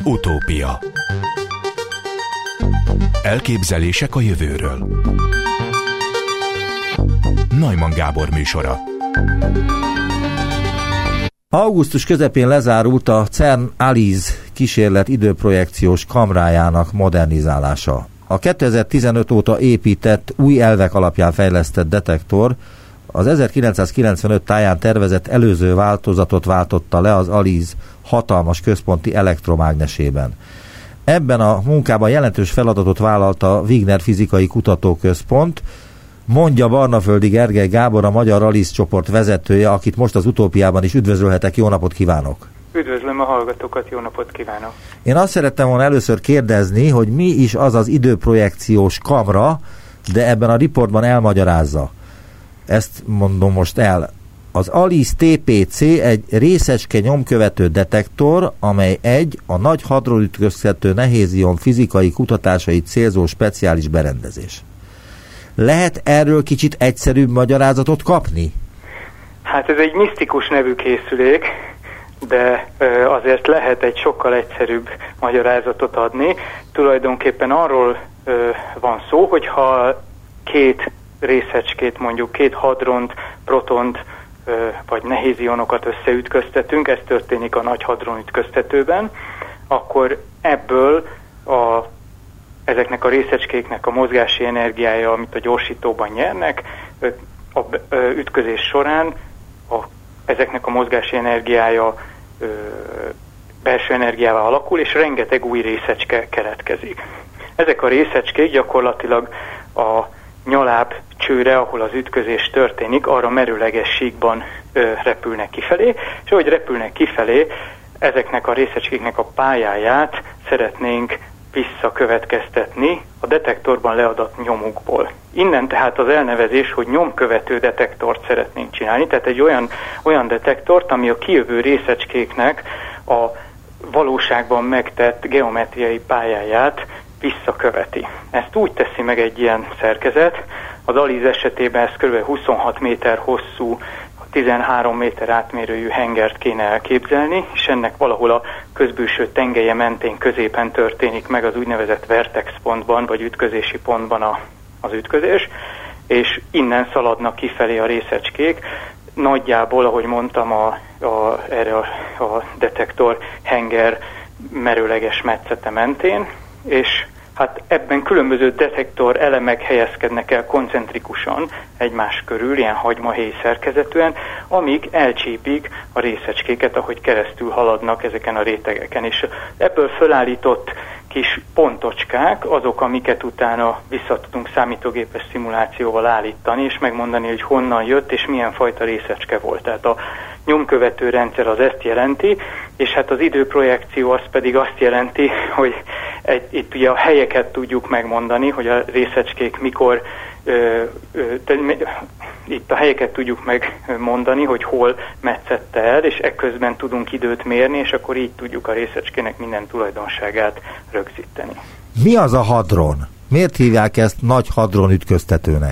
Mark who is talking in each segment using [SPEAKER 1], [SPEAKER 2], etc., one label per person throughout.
[SPEAKER 1] Utópia. Elképzelések a jövőről. Neumann Gábor műsora.
[SPEAKER 2] Augusztus közepén lezárult a CERN ALICE kísérlet időprojekciós kamrájának modernizálása. A 2015 óta épített, új elvek alapján fejlesztett detektor az 1995 táján tervezett előző változatot váltotta le az ALICE hatalmas központi elektromágnesében. Ebben a munkában jelentős feladatot vállalta a Wigner Fizikai Kutatóközpont, mondja Barnaföldi Gergely Gábor, a Magyar ALICE csoport vezetője, akit most az Utópiában is üdvözölhetek. Jó napot kívánok!
[SPEAKER 3] Üdvözlöm a hallgatókat, jó napot kívánok!
[SPEAKER 2] Én azt szerettem volna először kérdezni, hogy mi is az az időprojekciós kamra, de ebben a riportban elmagyarázza. Ezt mondom most el. Az ALICE TPC egy részecske nyomkövető detektor, amely a nagy hadronütköztető nehézion fizikai kutatásait célzó speciális berendezés. Lehet erről kicsit egyszerűbb magyarázatot kapni?
[SPEAKER 3] Hát ez egy misztikus nevű készülék, de azért lehet egy sokkal egyszerűbb magyarázatot adni. Tulajdonképpen arról van szó, hogyha két részecskét, mondjuk két hadront, protont vagy nehézionokat összeütköztetünk, ez történik a nagy hadronütköztetőben, akkor ebből ezeknek a részecskéknek a mozgási energiája, amit a gyorsítóban nyernek, a ütközés során ezeknek a mozgási energiája belső energiával alakul, és rengeteg új részecske keletkezik. Ezek a részecskék gyakorlatilag a nyaláb csőre, ahol az ütközés történik, arra merőleges síkban repülnek kifelé, és ahogy repülnek kifelé, ezeknek a részecskéknek a pályáját szeretnénk visszakövetkeztetni a detektorban leadott nyomukból. Innen tehát az elnevezés, hogy nyomkövető detektort szeretnénk csinálni, tehát egy olyan detektort, ami a kijövő részecskéknek a valóságban megtett geometriai pályáját visszaköveti. Ezt úgy teszi meg egy ilyen szerkezet, az ALICE esetében ez kb. 26 méter hosszú, 13 méter átmérőjű hengert kéne elképzelni, és ennek valahol a közbülső tengelye mentén középen történik meg az úgynevezett vertex pontban, vagy ütközési pontban az ütközés, és innen szaladnak kifelé a részecskék, nagyjából, ahogy mondtam, erre a detektor henger merőleges metszete mentén, és hát ebben különböző detektor elemek helyezkednek el koncentrikusan egymás körül, ilyen hagymahéj szerkezetűen, amíg elcsípik a részecskéket, ahogy keresztül haladnak ezeken a rétegeken. És ebből fölállított kis pontocskák azok, amiket utána vissza tudunk számítógépes szimulációval állítani, és megmondani, hogy honnan jött, és milyen fajta részecske volt. Tehát a nyomkövető rendszer az ezt jelenti, és hát az időprojekció az pedig azt jelenti, hogy itt ugye a helyeket tudjuk megmondani, hogy a részecskék mikor, itt a helyeket tudjuk megmondani, hogy hol metszette el, és ekközben tudunk időt mérni, és akkor így tudjuk a részecskének minden tulajdonságát rögzíteni.
[SPEAKER 2] Mi az a hadron? Miért hívják ezt nagy hadronütköztetőnek?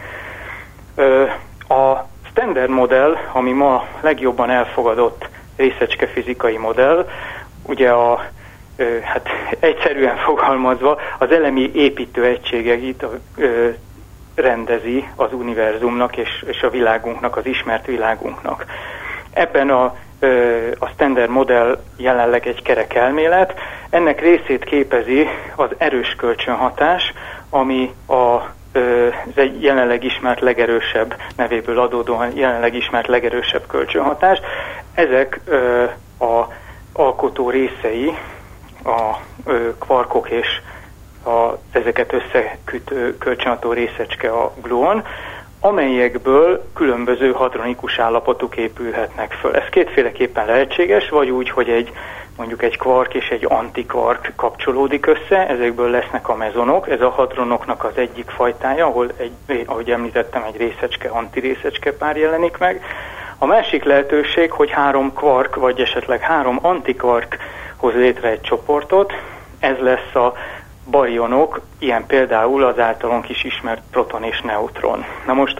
[SPEAKER 3] A standard modell, ami ma legjobban elfogadott részecske fizikai modell, ugye hát egyszerűen fogalmazva az elemi építőegységeit rendezi az univerzumnak és a világunknak, az ismert világunknak. Ebben a standard modell jelenleg egy kerek elmélet, ennek részét képezi az erős kölcsönhatás, ami ez egy jelenleg ismert legerősebb, nevéből adódóan jelenleg ismert legerősebb kölcsönhatás. Ezek a alkotó részei, a kvarkok és ezeket összekütő kölcsönható részecske a gluon, amelyekből különböző hadronikus állapotok épülhetnek föl. Ez kétféleképpen lehetséges, vagy úgy, hogy mondjuk egy kvark és egy antikvark kapcsolódik össze, ezekből lesznek a mezonok, ez a hadronoknak az egyik fajtája, ahol ahogy említettem, egy részecske-antirészecske pár jelenik meg. A másik lehetőség, hogy 3 kvark, vagy esetleg 3 antikvark hoz létre egy csoportot, ez lesz a barionok, ilyen például az általunk is ismert proton és neutron. Na most a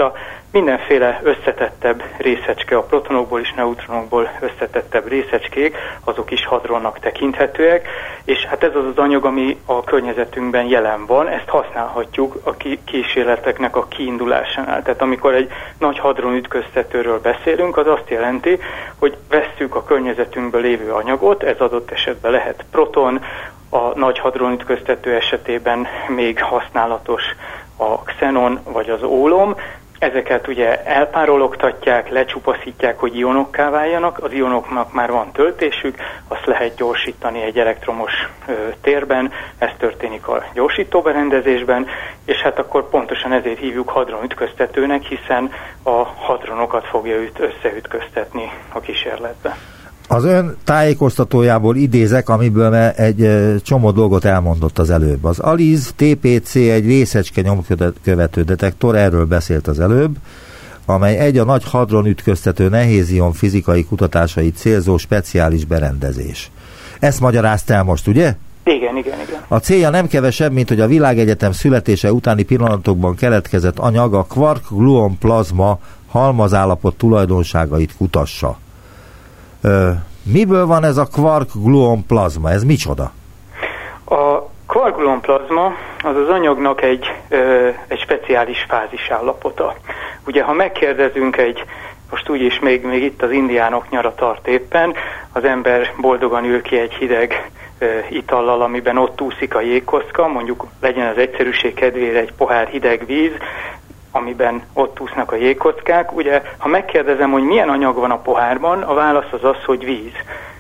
[SPEAKER 3] mindenféle összetettebb részecske, a protonokból és neutronokból összetettebb részecskék, azok is hadronnak tekinthetőek, és hát ez az az anyag, ami a környezetünkben jelen van, ezt használhatjuk a kísérleteknek a kiindulásánál. Tehát amikor egy nagy hadronütköztetőről beszélünk, az azt jelenti, hogy vesszük a környezetünkből lévő anyagot, ez adott esetben lehet proton, a nagy hadronütköztető esetében még használatos a xenon vagy az ólom. Ezeket ugye elpárologtatják, lecsupaszítják, hogy ionokká váljanak, az ionoknak már van töltésük, azt lehet gyorsítani egy elektromos térben, ez történik a gyorsítóberendezésben, és hát akkor pontosan ezért hívjuk hadronütköztetőnek, hiszen a hadronokat fogja összeütköztetni a kísérletbe.
[SPEAKER 2] Az ön tájékoztatójából idézek, amiből egy csomó dolgot elmondott az előbb. Az ALIZ TPC egy részecske nyomkövető detektor, erről beszélt az előbb, amely egy a nagy hadronütköztető nehézion fizikai kutatásait célzó speciális berendezés. Ezt magyarázta el most, ugye?
[SPEAKER 3] Igen.
[SPEAKER 2] A célja nem kevesebb, mint hogy a világegyetem születése utáni pillanatokban keletkezett anyag, a quark-gluon plazma halmazállapot tulajdonságait kutassa. Miből van ez a quark-gluon plazma? Ez micsoda?
[SPEAKER 3] A quark-gluon plazma az az anyagnak egy speciális fázisállapota. Ugye, ha megkérdezünk most úgyis még itt az indiánok nyara tart éppen, az ember boldogan ül ki egy hideg itallal, amiben ott úszik a jégkocka, mondjuk legyen az egyszerűség kedvére egy pohár hideg víz, amiben ott úsznak a jégkockák. Ugye, ha megkérdezem, hogy milyen anyag van a pohárban, a válasz az, hogy víz.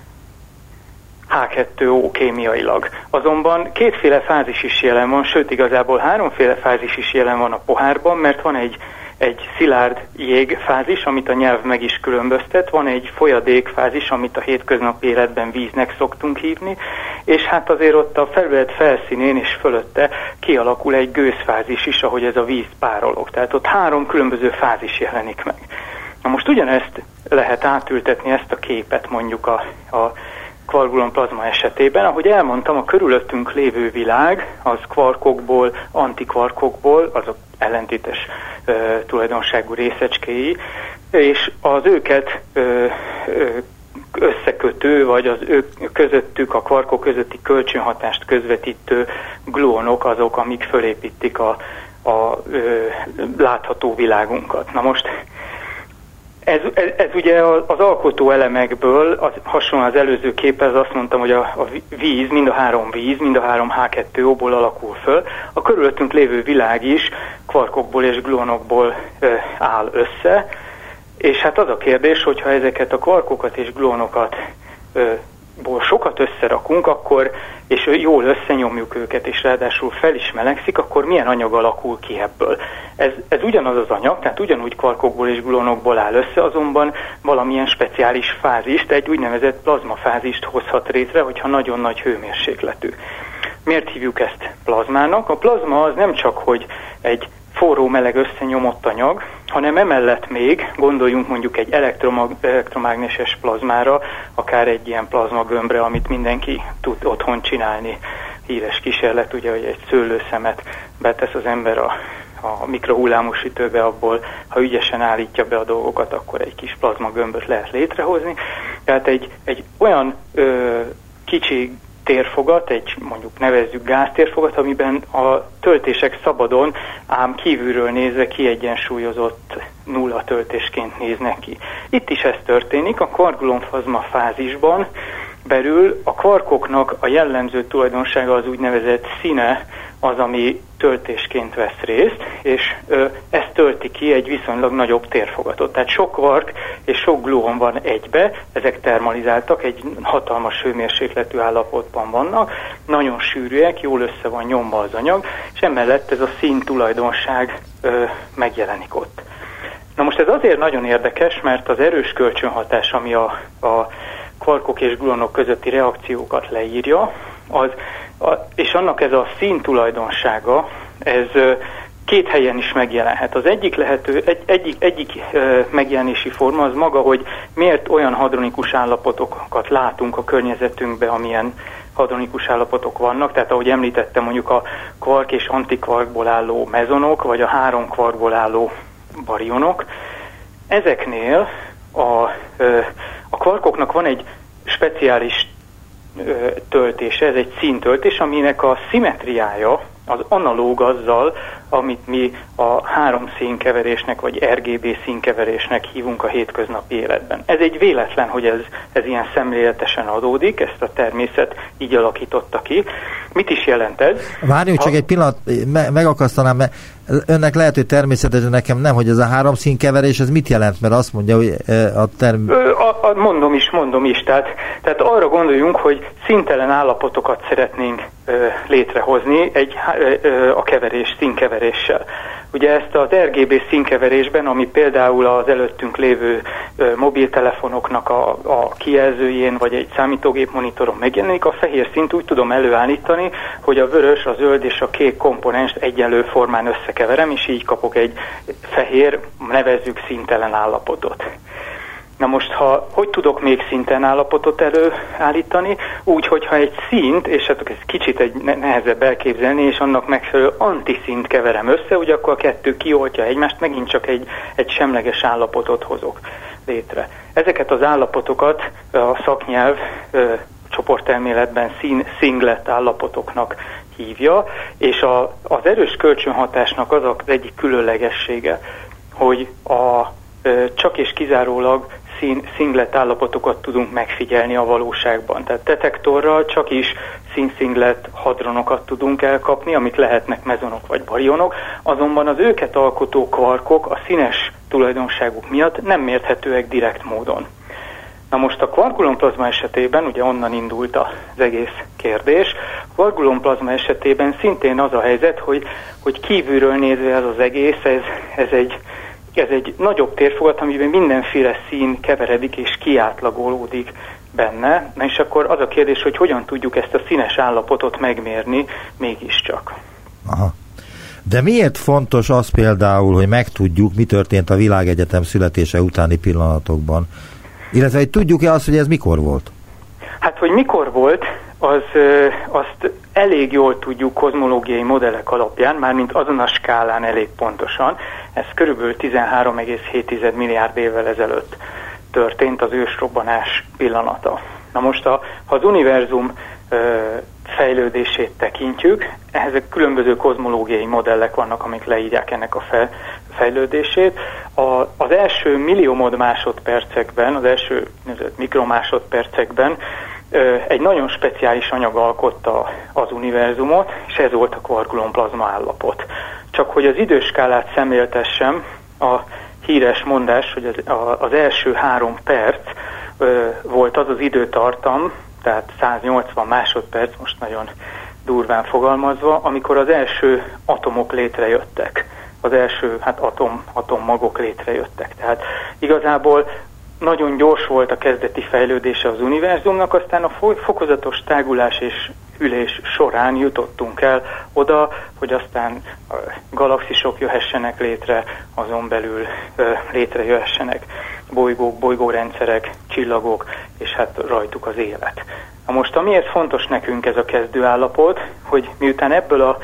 [SPEAKER 3] H2O kémiailag. Azonban kétféle fázis is jelen van, sőt igazából háromféle fázis is jelen van a pohárban, mert van egy szilárd jégfázis, amit a nyelv meg is különböztet, van egy folyadékfázis, amit a hétköznapi életben víznek szoktunk hívni, és hát azért ott a felület felszínén és fölötte kialakul egy gőzfázis is, ahogy ez a víz párolog. Tehát ott három különböző fázis jelenik meg. Na most ugyanezt lehet átültetni, ezt a képet mondjuk a quark-gluon plazma esetében. Ahogy elmondtam, a körülöttünk lévő világ az kvarkokból, antikvarkokból, azok ellentétes tulajdonságú részecskéi, és az őket összekötő, vagy az ők közöttük, a kvarkok közötti kölcsönhatást közvetítő gluonok azok, amik fölépítik a látható világunkat. Na most ez ugye az alkotó elemekből, hasonlóan az előző képhez azt mondtam, hogy a víz, mind a három H2O-ból alakul föl. A körülöttünk lévő világ is kvarkokból és gluonokból áll össze, és hát az a kérdés, hogyha ezeket a kvarkokat és gluonokat sokat összerakunk, akkor, és jól összenyomjuk őket, és ráadásul fel is melegszik, akkor milyen anyag alakul ki ebből? Ez ugyanaz az anyag, tehát ugyanúgy kvarkokból és gluonokból áll össze, azonban valamilyen speciális fázist, egy úgynevezett plazmafázist hozhat létre, hogyha nagyon nagy hőmérsékletű. Miért hívjuk ezt plazmának? A plazma az nem csak, hogy egy forró, meleg összenyomott anyag, hanem emellett még gondoljunk mondjuk egy elektromágneses plazmára, akár egy ilyen plazmagömbre, amit mindenki tud otthon csinálni. Híres kísérlet, ugye, hogy egy szőlőszemet betesz az ember a mikrohullámú sütőbe, abból, ha ügyesen állítja be a dolgokat, akkor egy kis plazmagömböt lehet létrehozni. Tehát egy olyan kicsi térfogat, mondjuk nevezzük gáztérfogat, amiben a töltések szabadon, ám kívülről nézve kiegyensúlyozott nulla töltésként néznek ki. Itt is ez történik, a quark-gluon plazma fázisban belül a kvarkoknak a jellemző tulajdonsága az úgynevezett színe az, ami töltésként vesz részt, és ez tölti ki egy viszonylag nagyobb térfogatot. Tehát sok kvark és sok gluon van egybe, ezek termalizáltak, egy hatalmas hőmérsékletű állapotban vannak, nagyon sűrűek, jól össze van nyomva az anyag, és emellett ez a szín tulajdonság megjelenik ott. Na most ez azért nagyon érdekes, mert az erős kölcsönhatás, ami a kvarkok és gluonok közötti reakciókat leírja, és annak ez a szín tulajdonsága, ez két helyen is megjelenhet. Az egyik megjelenési forma az maga, hogy miért olyan hadronikus állapotokat látunk a környezetünkben, amilyen hadronikus állapotok vannak. Tehát ahogy említettem, mondjuk a kvark és antikvarkból álló mezonok, vagy a három kvarkból álló barionok. Ezeknél a kvarkoknak van egy speciális töltése, ez egy színtöltés, aminek a szimmetriája az analóg azzal, amit mi a 3 színkeverésnek vagy RGB színkeverésnek hívunk a hétköznapi életben. Ez egy véletlen, hogy ez ilyen szemléletesen adódik, ezt a természet így alakította ki. Mit is jelent ez?
[SPEAKER 2] Várjunk csak egy pillanat, megakasztanám, mert önnek lehet, hogy természetesen, nekem nem, hogy ez a 3 színkeverés, ez mit jelent? Mert azt mondja, hogy
[SPEAKER 3] Mondom is. Tehát arra gondoljunk, hogy színtelen állapotokat szeretnénk létrehozni a színkeveréssel. Ugye ezt az RGB színkeverésben, ami például az előttünk lévő mobiltelefonoknak a kijelzőjén, vagy egy számítógép monitoron megjelenik, a fehér színt úgy tudom előállítani, hogy a vörös, a zöld és a kék komponenst egyenlő formán összekeverem, és így kapok egy fehér, nevezzük színtelen állapotot. Na most, hogy tudok még szinten állapotot előállítani? Úgy, hogyha egy színt, és hát ez kicsit nehezebb elképzelni, és annak megfelelő antiszínt keverem össze, ugye akkor a kettő kioltja egymást, megint csak egy semleges állapotot hozok létre. Ezeket az állapotokat a szaknyelv csoportelméletben szinglet állapototoknak hívja, és az erős kölcsönhatásnak az egyik különlegessége, hogy csak és kizárólag szinglet állapotokat tudunk megfigyelni a valóságban. Tehát detektorral csak is színszinglet hadronokat tudunk elkapni, amik lehetnek mezonok vagy barionok, azonban az őket alkotó kvarkok a színes tulajdonságuk miatt nem mérhetőek direkt módon. Na most a kvarkulonplazma esetében, ugye onnan indult az egész kérdés, a kvarkulonplazma esetében szintén az a helyzet, hogy kívülről nézve ez az egész, ez egy nagyobb térfogat, amiben mindenféle szín keveredik és kiátlagolódik benne. Na és akkor az a kérdés, hogy hogyan tudjuk ezt a színes állapotot megmérni mégiscsak.
[SPEAKER 2] Aha. De miért fontos az például, hogy megtudjuk, mi történt a világegyetem születése utáni pillanatokban? Illetve, hogy tudjuk-e azt, hogy ez mikor volt?
[SPEAKER 3] Hát, hogy mikor volt, azt elég jól tudjuk kozmológiai modellek alapján, mármint azon a skálán elég pontosan. Ez körülbelül 13,7 milliárd évvel ezelőtt történt az ősrobbanás pillanata. Na most, ha az univerzum fejlődését tekintjük, ehhez különböző kozmológiai modellek vannak, amik leírják ennek a fejlődését. Az első milliómod másodpercekben, az első mikromásodpercekben egy nagyon speciális anyag alkotta az univerzumot, és ez volt a kvarkulonplazma állapot. Csak hogy az időskálát szemléltessem, a híres mondás, hogy az első 3 perc volt az időtartam, tehát 180 másodperc, most nagyon durván fogalmazva, amikor az első atomok létrejöttek. Az első atommagok létrejöttek. Tehát igazából nagyon gyors volt a kezdeti fejlődése az univerzumnak, aztán a fokozatos tágulás és hűlés során jutottunk el oda, hogy aztán galaxisok jöhessenek létre, azon belül létrejöhessenek bolygók, bolygórendszerek, csillagok, és hát rajtuk az élet. Na most, amiért fontos nekünk ez a kezdőállapot, hogy miután ebből a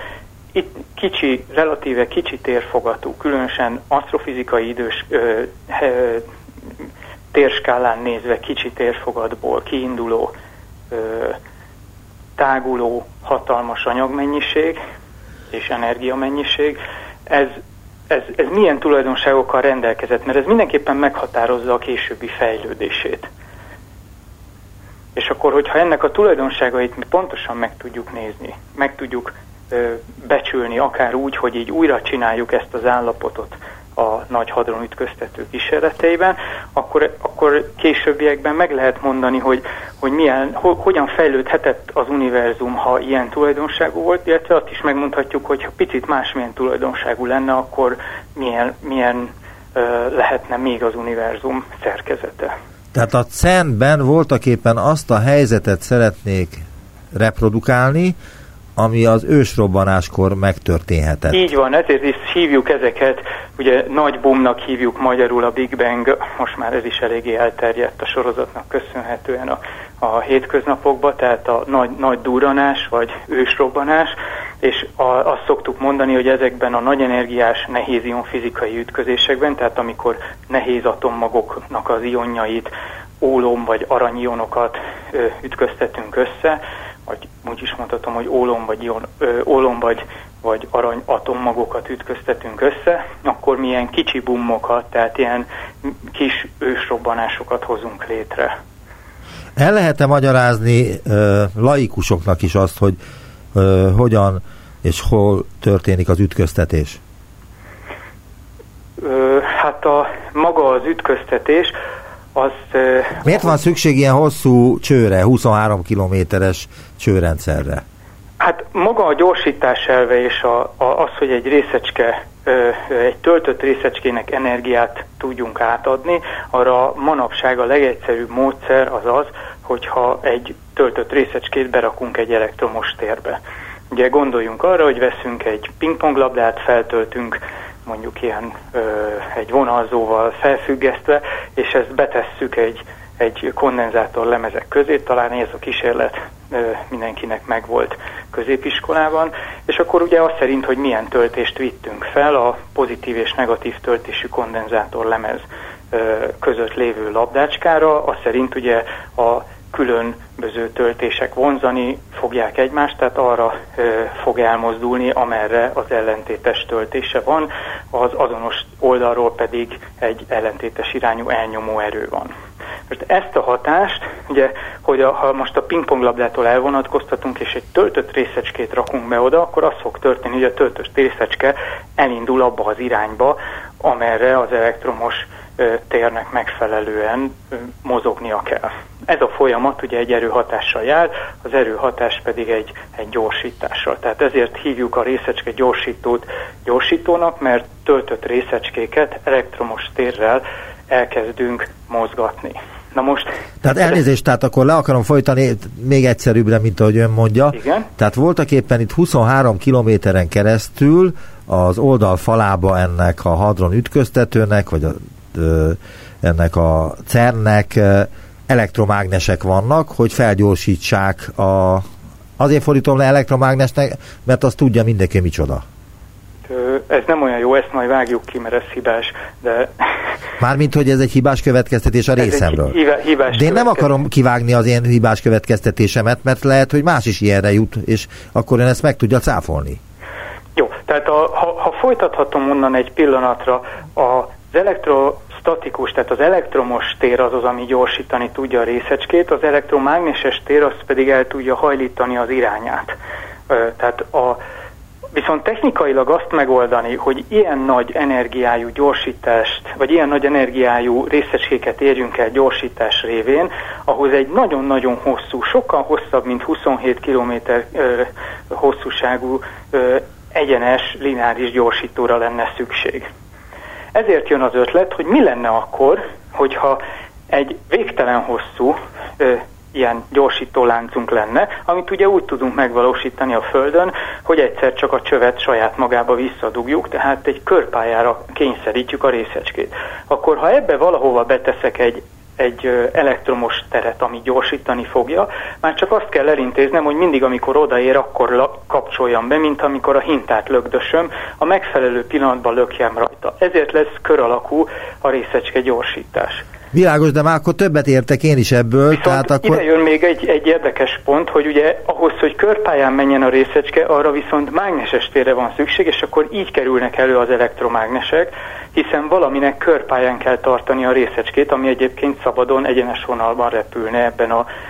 [SPEAKER 3] relatíve kicsi térfogatú, különösen asztrofizikai térskálán nézve kicsi térfogatból kiinduló, táguló, hatalmas anyagmennyiség és energiamennyiség, ez milyen tulajdonságokkal rendelkezett, mert ez mindenképpen meghatározza a későbbi fejlődését. És akkor, hogyha ennek a tulajdonságait mi pontosan meg tudjuk nézni, meg tudjuk becsülni, akár úgy, hogy így újra csináljuk ezt az állapotot a nagy hadron ütköztető kísérleteiben, akkor későbbiekben meg lehet mondani, hogy hogyan fejlődhetett az univerzum, ha ilyen tulajdonságú volt, illetve azt is megmondhatjuk, hogy ha picit másmilyen tulajdonságú lenne, akkor milyen lehetne még az univerzum szerkezete.
[SPEAKER 2] Tehát a CERN-ben voltaképpen azt a helyzetet szeretnék reprodukálni, ami az ősrobbanáskor megtörténhetett.
[SPEAKER 3] Így van, ezért is hívjuk ezeket, ugye nagy boomnak hívjuk magyarul a Big Bang, most már ez is eléggé elterjedt a sorozatnak köszönhetően a hétköznapokban, tehát a nagy durranás vagy ősrobbanás. és azt szoktuk mondani, hogy ezekben a nagy energiás nehéz ionfizikai ütközésekben, tehát amikor nehéz atommagoknak az ionjait, ólom vagy aranyionokat ütköztetünk össze, vagy úgy is mondhatom, hogy ólom vagy arany atommagokat ütköztetünk össze, akkor milyen kicsi bummokat, tehát ilyen kis ősrobbanásokat hozunk létre.
[SPEAKER 2] El lehet-e magyarázni laikusoknak is azt, hogy hogyan és hol történik az ütköztetés?
[SPEAKER 3] Hát maga az ütköztetés, az...
[SPEAKER 2] Miért van szükség ilyen hosszú csőre, 23 kilométeres csőrendszerre? Hát
[SPEAKER 3] maga a gyorsítás elve és az, hogy egy részecske, egy töltött részecskének energiát tudjunk átadni, arra manapság a legegyszerűbb módszer az, hogyha egy töltött részecskét berakunk egy elektromos térbe. Ugye gondoljunk arra, hogy veszünk egy pingponglabdát, feltöltünk mondjuk ilyen egy vonalzóval felfüggesztve, és ezt betesszük egy kondenzátor lemezek közé, talán ez a kísérlet mindenkinek megvolt középiskolában, és akkor ugye az szerint, hogy milyen töltést vittünk fel a pozitív és negatív töltésű kondenzátor lemez között lévő labdácskára, az szerint ugye a különböző töltések vonzani fogják egymást, tehát arra fog elmozdulni, amerre az ellentétes töltése van, az azonos oldalról pedig egy ellentétes irányú elnyomó erő van. Most ezt a hatást, ugye, hogy ha most a pingponglabdától elvonatkoztatunk, és egy töltött részecskét rakunk be oda, akkor az fog történni, hogy a töltött részecske elindul abba az irányba, amerre az elektromos térnek megfelelően mozognia kell. Ez a folyamat ugye egy erőhatással jár, az erőhatás pedig egy gyorsítással. Tehát ezért hívjuk a részecske gyorsítót gyorsítónak, mert töltött részecskéket elektromos térrel elkezdünk mozgatni. Na most...
[SPEAKER 2] Tehát elnézést, tehát akkor le akarom folytani még egyszerűbbre, mint ahogy ön mondja.
[SPEAKER 3] Igen?
[SPEAKER 2] Tehát voltak éppen itt 23 kilométeren keresztül az oldal falába ennek a hadron ütköztetőnek, vagy ennek a CERN-nek elektromágnesek vannak, hogy felgyorsítsák azért fordítom le elektromágnesnek, mert azt tudja mindenki, micsoda.
[SPEAKER 3] Ez nem olyan jó, ezt majd vágjuk ki, mert ez hibás, de...
[SPEAKER 2] Mármint, hogy ez egy hibás következtetés a részemről.
[SPEAKER 3] Hibás
[SPEAKER 2] de én nem akarom kivágni az én hibás következtetésemet, mert lehet, hogy más is ilyenre jut, és akkor ön ezt meg tudja cáfolni.
[SPEAKER 3] Jó, tehát ha folytathatom onnan egy pillanatra, az elektrostatikus, tehát az elektromos tér az, ami gyorsítani tudja a részecskét, az elektromágneses tér az pedig el tudja hajlítani az irányát. Tehát viszont technikailag azt megoldani, hogy ilyen nagy energiájú gyorsítást, vagy ilyen nagy energiájú részecskéket érjünk el gyorsítás révén, ahhoz egy nagyon-nagyon hosszú, sokkal hosszabb, mint 27 km hosszúságú egyenes lineáris gyorsítóra lenne szükség. Ezért jön az ötlet, hogy mi lenne akkor, hogyha egy végtelen hosszú ilyen gyorsítóláncunk lenne, amit ugye úgy tudunk megvalósítani a Földön, hogy egyszer csak a csövet saját magába visszadugjuk, tehát egy körpályára kényszerítjük a részecskét. Akkor ha ebbe valahova beteszek egy elektromos teret, ami gyorsítani fogja, már csak azt kell elintéznem, hogy mindig, amikor odaér, akkor kapcsoljam be, mint amikor a hintát lökdösöm, a megfelelő pillanatban lökjem rajta. Ezért lesz kör alakú a részecske gyorsítás.
[SPEAKER 2] Világos, de már akkor többet értek én is ebből.
[SPEAKER 3] Viszont
[SPEAKER 2] tehát akkor...
[SPEAKER 3] ide jön még egy érdekes pont, hogy ugye ahhoz, hogy körpályán menjen a részecske, arra viszont mágneses térre van szükség, és akkor így kerülnek elő az elektromágnesek, hiszen valaminek körpályán kell tartani a részecskét, ami egyébként szabadon, egyenes vonalban repülne ebben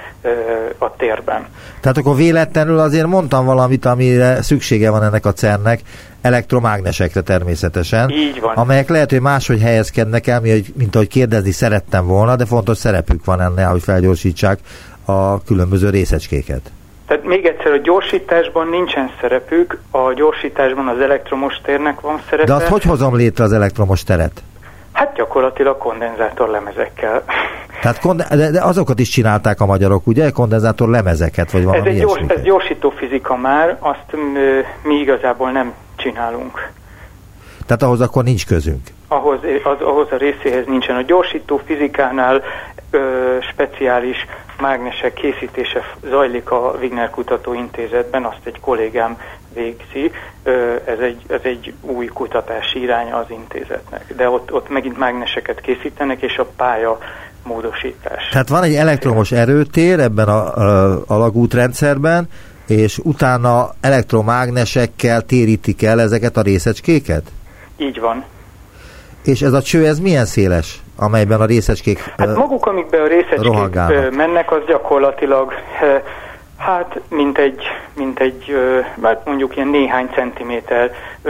[SPEAKER 3] a térben.
[SPEAKER 2] Tehát akkor véletlenül azért mondtam valamit, amire szüksége van ennek a CERN-nek, elektromágnesekre természetesen.
[SPEAKER 3] Így van.
[SPEAKER 2] Amelyek lehet, hogy máshogy helyezkednek el, mint ahogy kérdezni szerettem volna, de fontos szerepük van ennél, hogy felgyorsítsák a különböző részecskéket.
[SPEAKER 3] Tehát még egyszer, a gyorsításban nincsen szerepük, a gyorsításban az elektromos térnek van szerepe.
[SPEAKER 2] De azt hogy hozom létre az elektromos teret?
[SPEAKER 3] Hát gyakorlatilag kondenzátorlemezekkel.
[SPEAKER 2] Tehát de azokat is csinálták a magyarok, ugye? Kondenzátorlemezeket, vagy valami ilyesmi.
[SPEAKER 3] Ez gyorsító fizika már, azt mi igazából nem csinálunk.
[SPEAKER 2] Tehát ahhoz akkor nincs közünk.
[SPEAKER 3] ahhoz a részéhez nincsen. A gyorsító fizikánál speciális mágnesek készítése zajlik a Wigner Kutatóintézetben, azt egy kollégám végzi. Ez egy új kutatási iránya az intézetnek. De ott megint mágneseket készítenek, és a pálya módosítás.
[SPEAKER 2] Tehát van egy elektromos erőtér ebben a alagútrendszerben, és utána elektromágnesekkel térítik el ezeket a részecskéket?
[SPEAKER 3] Így van.
[SPEAKER 2] És ez a cső, ez milyen széles, amelyben a részecskék
[SPEAKER 3] Hát maguk, amikben a részecskék rohangálnak mennek, az gyakorlatilag hát mint egy mondjuk ilyen néhány centiméter,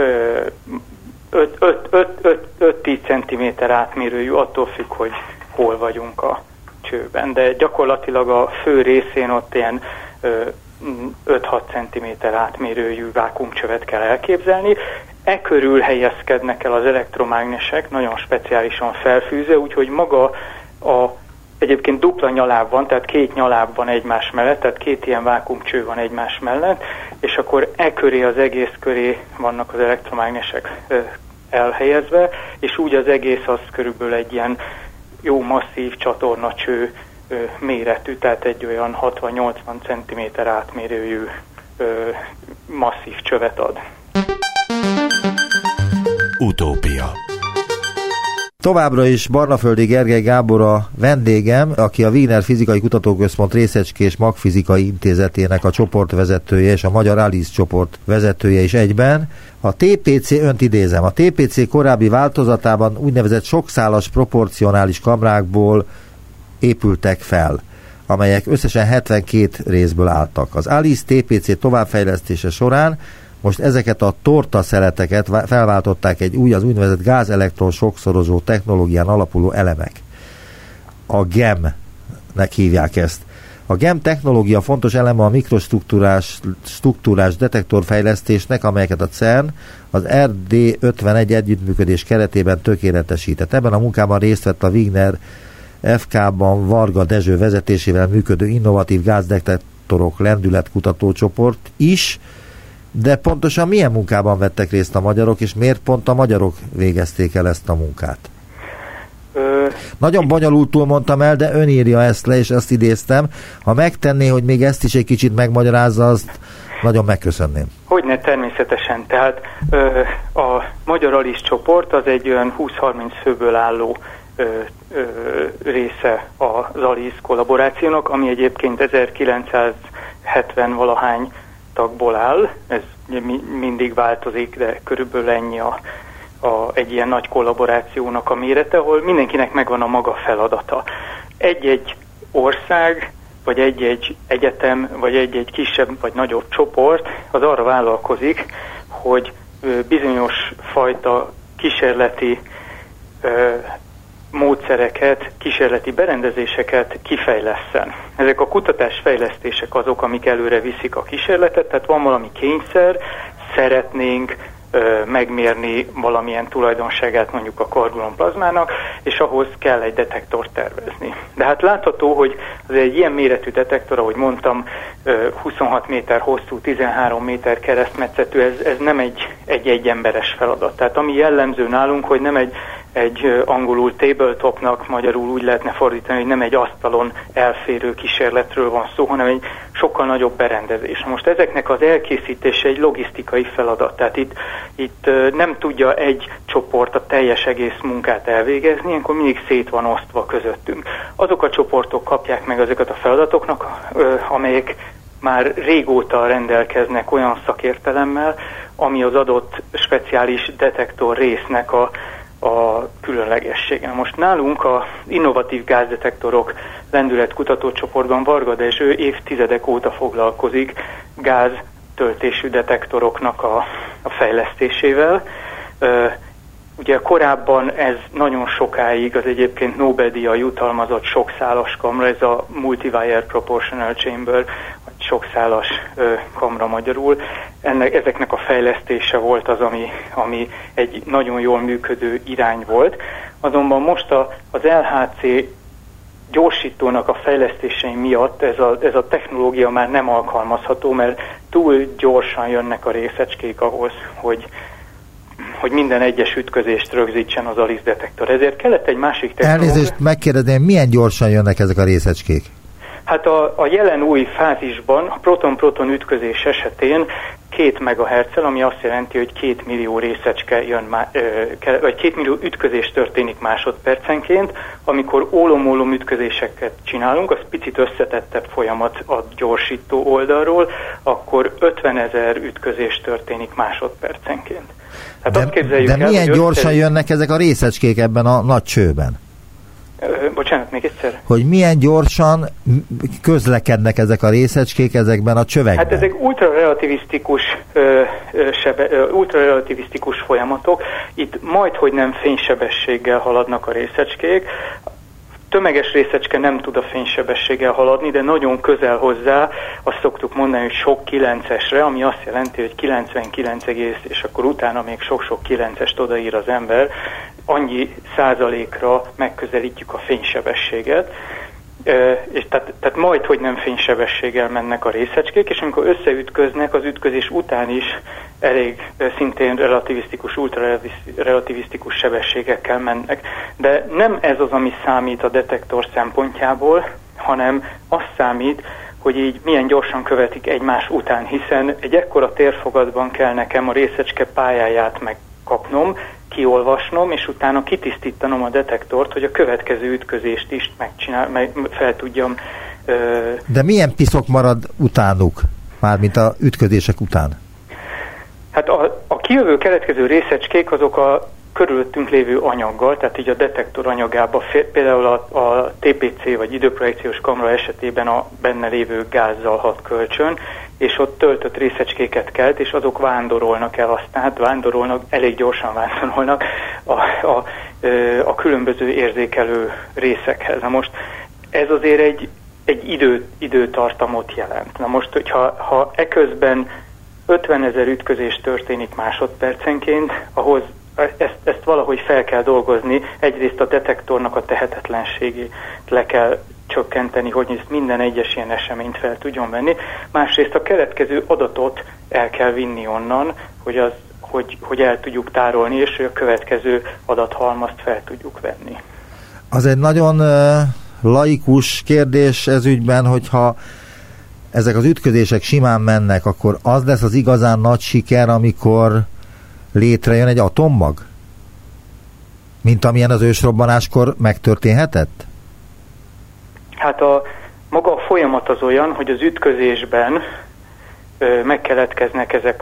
[SPEAKER 3] 5-10 centiméter átmérőjű, attól függ, hogy hol vagyunk a csőben. De gyakorlatilag a fő részén ott ilyen 5-6 cm átmérőjű vákuumcsövet kell elképzelni. E körül helyezkednek el az elektromágnesek, nagyon speciálisan felfűzve, úgyhogy maga egyébként dupla nyaláb van, tehát 2 nyaláb van egymás mellett, tehát 2 ilyen vákuumcső van egymás mellett, és akkor e köré, az egész köré vannak az elektromágnesek elhelyezve, és úgy az egész az körülbelül egy ilyen jó masszív csatornacső méretű, tehát egy olyan 60-80 cm átmérőjű masszív csövet ad.
[SPEAKER 1] Utópia.
[SPEAKER 2] Továbbra is Barnaföldi Gergely Gábor a vendégem, aki a Wigner Fizikai Kutatóközpont Részecskés Magfizikai Intézetének a csoportvezetője és a Magyar ALICE csoport vezetője is egyben. A TPC, önt idézem, a TPC korábbi változatában úgynevezett sokszálas proporcionális kamrákból épültek fel, amelyek összesen 72 részből álltak. Az ALICE TPC továbbfejlesztése során most ezeket a tortaszeleteket felváltották egy az úgynevezett gázelektron sokszorozó technológián alapuló elemek. A GEM-nek hívják ezt. A GEM technológia fontos eleme a mikrostruktúrás detektorfejlesztésnek, amelyeket a CERN az RD51 együttműködés keretében tökéletesített. Ebben a munkában részt vett a Wigner FK-ban Varga Dezső vezetésével működő innovatív gázdetektorok lendületkutatócsoport is, de pontosan milyen munkában vettek részt a magyarok, és miért pont a magyarok végezték el ezt a munkát? Nagyon bonyolultul mondtam el, de ön írja ezt le, és azt idéztem. Ha megtenné, hogy még ezt is egy kicsit megmagyarázza, azt nagyon megköszönném. Hogyne,
[SPEAKER 3] természetesen. Tehát a Magyar ALICE csoport az egy olyan 20-30 főből álló része az ALICE kollaborációnak, ami egyébként 1970 valahány tagból áll, ez mindig változik, de körülbelül ennyi egy ilyen nagy kollaborációnak a mérete, ahol mindenkinek megvan a maga feladata. Egy-egy ország, vagy egy-egy egyetem, vagy egy-egy kisebb vagy nagyobb csoport az arra vállalkozik, hogy bizonyos fajta kísérleti módszereket, kísérleti berendezéseket kifejlesszen. Ezek a kutatásfejlesztések azok, amik előre viszik a kísérletet, tehát van valami kényszer, szeretnénk megmérni valamilyen tulajdonságát mondjuk a kargulonplazmának, és ahhoz kell egy detektort tervezni. De hát látható, hogy az egy ilyen méretű detektor, ahogy mondtam, 26 méter hosszú, 13 méter keresztmetszetű, ez nem egy emberes feladat. Tehát ami jellemző nálunk, hogy nem egy angolul tabletopnak, magyarul úgy lehetne fordítani, hogy nem egy asztalon elférő kísérletről van szó, hanem egy sokkal nagyobb berendezés. Most ezeknek az elkészítése egy logisztikai feladat, tehát itt nem tudja egy csoport a teljes egész munkát elvégezni, ilyenkor mindig szét van osztva közöttünk. Azok a csoportok kapják meg ezeket a feladatoknak, amelyek már régóta rendelkeznek olyan szakértelemmel, ami az adott speciális detektor résznek a különlegessége. Most nálunk az innovatív gázdetektorok lendületkutatócsoportban Varga Dezső évtizedek óta foglalkozik gáztöltésű detektoroknak a fejlesztésével. Ugye korábban ez nagyon sokáig az egyébként Nobel-díjjal jutalmazott sokszálas kamra, ez a Multi-Wire Proportional Chamber, vagy sokszálas kamra magyarul. Ezeknek a fejlesztése volt az, ami egy nagyon jól működő irány volt. Azonban most az LHC gyorsítónak a fejlesztései miatt ez a technológia már nem alkalmazható, mert túl gyorsan jönnek a részecskék ahhoz, hogy hogy minden egyes ütközést rögzítsen az ALICE detektor. Ezért kellett egy másik technológia.
[SPEAKER 2] Elnézést, megkérdezném, milyen gyorsan jönnek ezek a részecskék?
[SPEAKER 3] Hát a jelen új fázisban a proton-proton ütközés esetén 2 MHz-el, ami azt jelenti, hogy 2 millió részecske vagy 2 millió ütközés történik másodpercenként. Amikor ólom-ólom ütközéseket csinálunk, az picit összetettebb folyamat a gyorsító oldalról, akkor 50 000 ütközés történik másodpercenként. Hát
[SPEAKER 2] de milyen gyorsan jönnek ezek a részecskék ebben a nagy csőben?
[SPEAKER 3] Bocsánat, még egyszer.
[SPEAKER 2] Hogy milyen gyorsan közlekednek ezek a részecskék ezekben a csövekben?
[SPEAKER 3] Hát ezek ultrarelativisztikus folyamatok. Itt majdhogy nem fénysebességgel haladnak a részecskék. Tömeges részecske nem tud a fénysebességgel haladni, de nagyon közel hozzá, azt szoktuk mondani, hogy sok 9-esre, ami azt jelenti, hogy 99, és akkor utána még sok-sok 9-est odaír az ember, annyi százalékra megközelítjük a fénysebességet, és tehát majdhogy nem fénysebességgel mennek a részecskék, és amikor összeütköznek, az ütközés után is elég szintén ultrarelativisztikus sebességekkel mennek. De nem ez az, ami számít a detektor szempontjából, hanem az számít, hogy így milyen gyorsan követik egymás után, hiszen egy ekkora térfogatban kell nekem a részecske pályáját megkapnom, kiolvasnom, és utána kitisztítanom a detektort, hogy a következő ütközést is fel tudjam.
[SPEAKER 2] De milyen piszok marad utánuk, mármint a ütközések után?
[SPEAKER 3] Hát a kijövő keletkező részecskék azok a körülöttünk lévő anyaggal, tehát így a detektor anyagába, például a TPC vagy időprojekciós kamera esetében a benne lévő gázzal hat kölcsön, és ott töltött részecskéket kelt, és azok vándorolnak el, aztán elég gyorsan vándorolnak a különböző érzékelő részekhez. Na most ez azért egy időtartamot jelent. Na most, hogyha eközben 50 000 ütközés történik másodpercenként, ahhoz ezt valahogy fel kell dolgozni. Egyrészt a detektornak a tehetetlenségét le kell csökkenteni, hogy ezt minden egyes ilyen eseményt fel tudjon venni. Másrészt a keletkező adatot el kell vinni onnan, hogy el tudjuk tárolni, és hogy a következő adathalmazt fel tudjuk venni.
[SPEAKER 2] Az egy nagyon laikus kérdés ez ügyben, hogyha ezek az ütközések simán mennek, akkor az lesz az igazán nagy siker, amikor létrejön egy atommag? Mint amilyen az ősrobbanáskor megtörténhetett?
[SPEAKER 3] Hát maga a folyamat az olyan, hogy az ütközésben megkeletkeznek ezek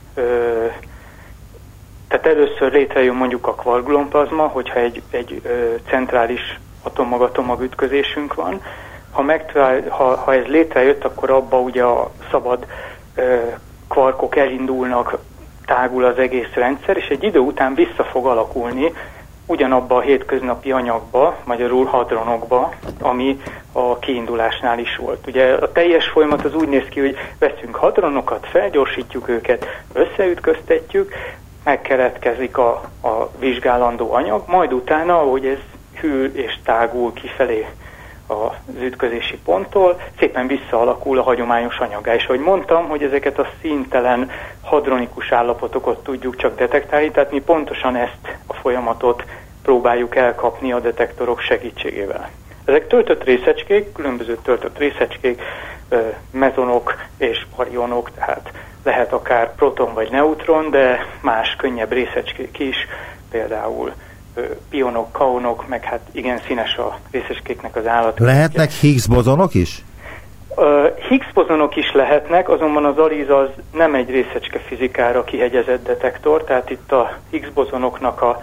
[SPEAKER 3] tehát először létrejön mondjuk a kvarkgluonplazma, hogyha egy centrális atommag-atommag ütközésünk van. Ha ez létrejött, akkor abba ugye a szabad kvarkok elindulnak, tágul az egész rendszer, és egy idő után vissza fog alakulni ugyanabba a hétköznapi anyagba, magyarul hadronokba, ami a kiindulásnál is volt. Ugye a teljes folyamat az úgy néz ki, hogy veszünk hadronokat, felgyorsítjuk őket, összeütköztetjük, megkeletkezik a vizsgálandó anyag, majd utána, ahogy ez hűl és tágul kifelé az ütközési ponttól, szépen visszaalakul a hagyományos anyagá. És ahogy mondtam, hogy ezeket a színtelen hadronikus állapotokat tudjuk csak detektálni, tehát mi pontosan ezt a folyamatot próbáljuk elkapni a detektorok segítségével. Ezek töltött részecskék, különböző töltött részecskék, mezonok és barionok, tehát lehet akár proton vagy neutron, de más könnyebb részecskék is, például pionok, kaonok, meg hát igen színes a részecskéknek az állat.
[SPEAKER 2] Lehetnek Higgs bozonok is?
[SPEAKER 3] Higgs bozonok is lehetnek, azonban az ALICE az nem egy részecske fizikára kihegyezett detektor, tehát itt a Higgs bozonoknak a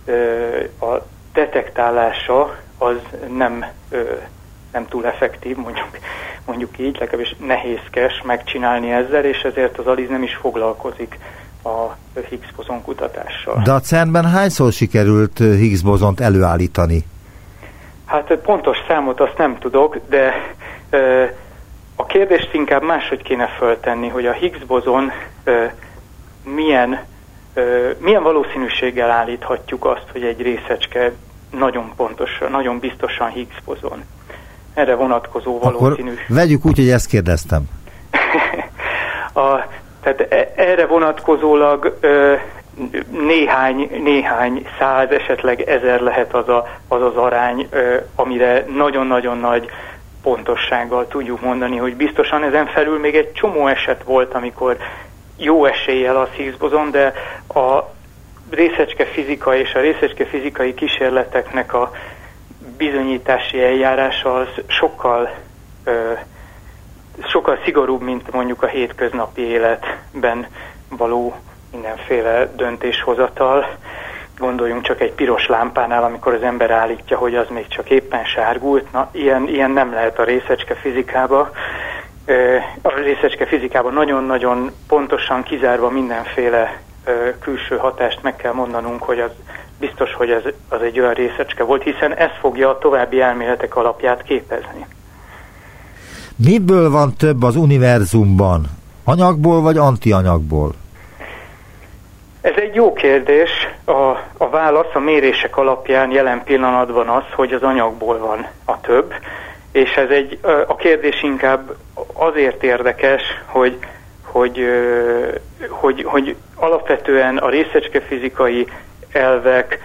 [SPEAKER 3] detektálása az nem túl effektív, mondjuk így, legalábbis nehézkes megcsinálni ezzel, és ezért az ALICE nem is foglalkozik a Higgs bozon kutatással.
[SPEAKER 2] De a CERN-ben hányszor sikerült Higgs bozont előállítani? Hát
[SPEAKER 3] pontos számot azt nem tudok, de a kérdést inkább máshogy kéne föltenni, hogy a Higgs bozon milyen valószínűséggel állíthatjuk azt, hogy egy részecske nagyon pontosan, nagyon biztosan Higgs bozon. Erre vonatkozó valószínűség.
[SPEAKER 2] Akkor vegyük úgy, hogy ezt kérdeztem.
[SPEAKER 3] Tehát erre vonatkozólag néhány száz, esetleg 1000 lehet az arány, amire nagyon-nagyon nagy pontossággal tudjuk mondani, hogy biztosan ezen felül még egy csomó eset volt, amikor jó eséllyel az Higgs-bozon, de a részecske fizika és a részecske fizikai kísérleteknek a bizonyítási eljárása az sokkal szigorúbb, mint mondjuk a hétköznapi életben való mindenféle döntéshozatal. Gondoljunk csak egy piros lámpánál, amikor az ember állítja, hogy az még csak éppen sárgult. Na, ilyen nem lehet a részecske fizikába. A részecske fizikában nagyon-nagyon pontosan kizárva mindenféle külső hatást meg kell mondanunk, hogy az biztos, hogy az egy olyan részecske volt, hiszen ez fogja a további elméletek alapját képezni.
[SPEAKER 2] Miből van több az univerzumban? Anyagból vagy antianyagból?
[SPEAKER 3] Ez egy jó kérdés. A válasz a mérések alapján jelen pillanatban az, hogy az anyagból van a több, és ez a kérdés inkább azért érdekes, hogy alapvetően a részecskefizikai elvek,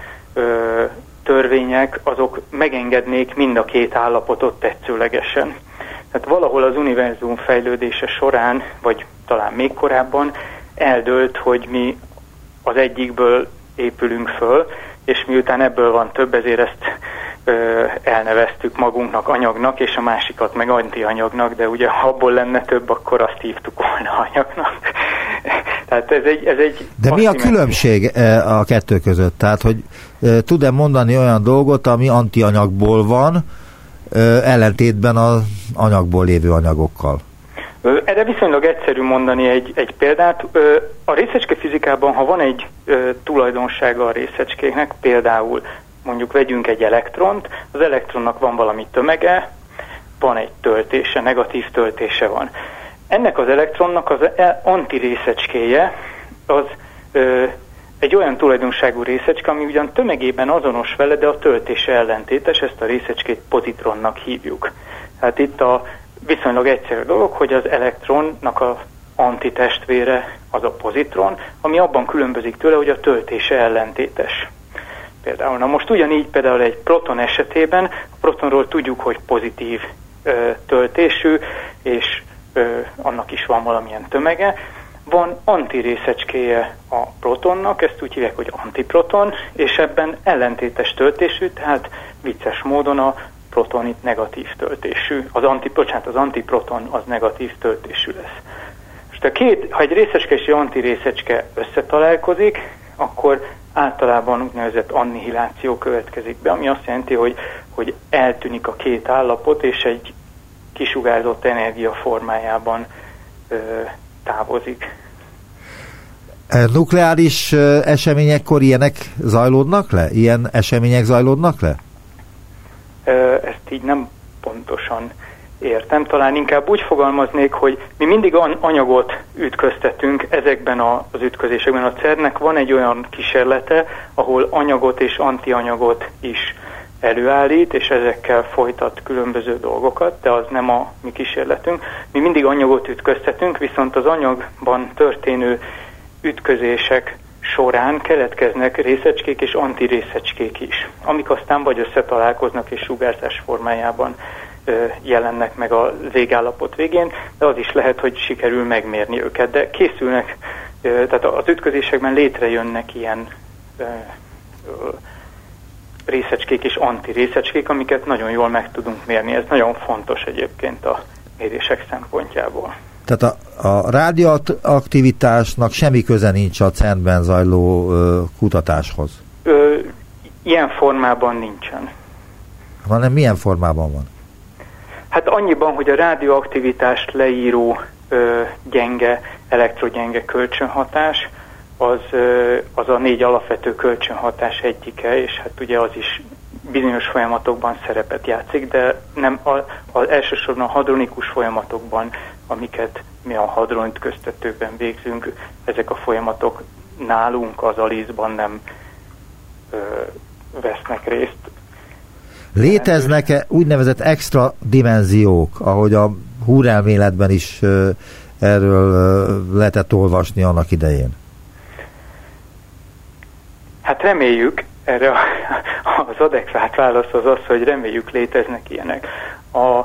[SPEAKER 3] törvények, azok megengednék mind a két állapotot tetszőlegesen. Tehát valahol az univerzum fejlődése során, vagy talán még korábban eldőlt, hogy mi az egyikből épülünk föl, és miután ebből van több, ezért ezt elneveztük magunknak anyagnak, és a másikat meg antianyagnak, de ugye ha abból lenne több, akkor azt hívtuk volna anyagnak. Tehát ez egy
[SPEAKER 2] de mi a különbség a kettő között? Tehát, hogy tud-e mondani olyan dolgot, ami antianyagból van, ellentétben az anyagból lévő anyagokkal?
[SPEAKER 3] Erre viszonylag egyszerű mondani egy példát. A részecske fizikában, ha van egy tulajdonsága a részecskéknek, például mondjuk vegyünk egy elektront, az elektronnak van valami tömege, van egy töltése, negatív töltése van. Ennek az elektronnak az antirészecskéje az egy olyan tulajdonságú részecske, ami ugyan tömegében azonos vele, de a töltése ellentétes, ezt a részecskét pozitronnak hívjuk. Tehát itt a viszonylag egyszerű dolog, hogy az elektronnak az antitestvére az a pozitron, ami abban különbözik tőle, hogy a töltése ellentétes. Például, na most ugyanígy például egy proton esetében, a protonról tudjuk, hogy pozitív töltésű, és annak is van valamilyen tömege. Van antirészecskéje a protonnak, ezt úgy hívják, hogy antiproton, és ebben ellentétes töltésű, tehát vicces módon a proton itt negatív töltésű. Az antiproton az negatív töltésű lesz. Most ha egy részecske és egy antirészecske összetalálkozik, akkor általában úgynevezett annihiláció következik be, ami azt jelenti, hogy eltűnik a két állapot, és egy kisugárzott energia formájában távozik.
[SPEAKER 2] Nukleáris eseményekkor ilyenek zajlódnak le? Ilyen események zajlódnak le?
[SPEAKER 3] Ezt így nem pontosan értem. Talán inkább úgy fogalmaznék, hogy mi mindig anyagot ütköztetünk ezekben az ütközésekben. A CERN-nek van egy olyan kísérlete, ahol anyagot és antianyagot is előállít, és ezekkel folytat különböző dolgokat, de az nem a mi kísérletünk. Mi mindig anyagot ütköztetünk, viszont az anyagban történő ütközések során keletkeznek részecskék és antirészecskék is, amik aztán vagy összetalálkoznak és sugárzás formájában jelennek meg a végállapot végén, de az is lehet, hogy sikerül megmérni őket. De készülnek, tehát az ütközésekben létrejönnek ilyen részecskék és antirészecskék, amiket nagyon jól meg tudunk mérni. Ez nagyon fontos egyébként a mérések szempontjából.
[SPEAKER 2] Tehát a rádióaktivitásnak semmi köze nincs a CERN-ben zajló kutatáshoz?
[SPEAKER 3] Ilyen formában nincsen.
[SPEAKER 2] Hanem milyen formában van?
[SPEAKER 3] Hát annyiban, hogy a rádióaktivitást leíró gyenge, elektrogyenge kölcsönhatás, az a 4 alapvető kölcsönhatás egyike, és hát ugye az is bizonyos folyamatokban szerepet játszik, de nem elsősorban a hadronikus folyamatokban, amiket mi a hadronütköztetőkben végzünk, ezek a folyamatok nálunk az ALICE-ban nem vesznek részt.
[SPEAKER 2] Léteznek-e úgynevezett extra dimenziók, ahogy a húrelméletben is erről lehetett olvasni annak idején?
[SPEAKER 3] Hát reméljük, erre az adekvát válasz az, hogy reméljük léteznek ilyenek. A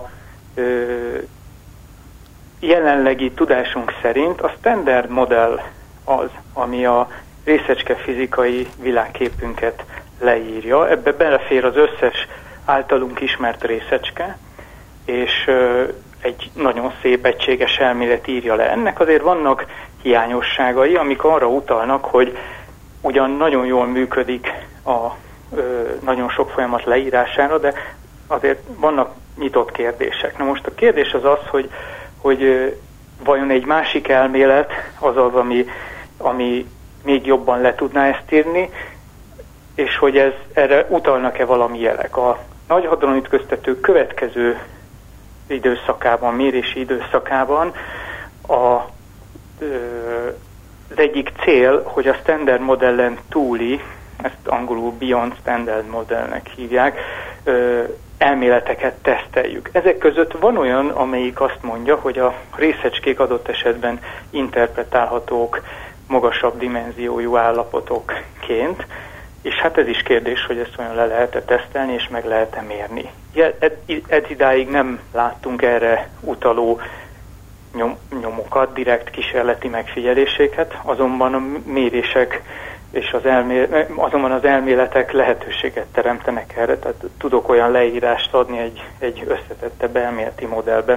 [SPEAKER 3] jelenlegi tudásunk szerint a standard modell az, ami a részecske fizikai világképünket leírja. Ebbe belefér az összes általunk ismert részecske, és egy nagyon szép, egységes elmélet írja le. Ennek azért vannak hiányosságai, amik arra utalnak, hogy ugyan nagyon jól működik a nagyon sok folyamat leírására, de azért vannak nyitott kérdések. Na most a kérdés az, hogy vajon egy másik elmélet az, ami még jobban le tudná ezt írni, és hogy erre utalnak-e valami jelek. A nagy hadronütköztető következő időszakában, mérési időszakában az egyik cél, hogy a standard modellen túli, ezt angolul Beyond Standard Modellnek hívják, elméleteket teszteljük. Ezek között van olyan, amelyik azt mondja, hogy a részecskék adott esetben interpretálhatók magasabb dimenziójú állapotokként, és hát ez is kérdés, hogy ezt olyan le lehet-e tesztelni, és meg lehet-e mérni. Ez idáig nem láttunk erre utaló nyomokat, direkt kísérleti megfigyeléseket, azonban a mérések és azonban az elméletek lehetőséget teremtenek erre, tehát tudok olyan leírást adni egy összetettebb elméleti modellben,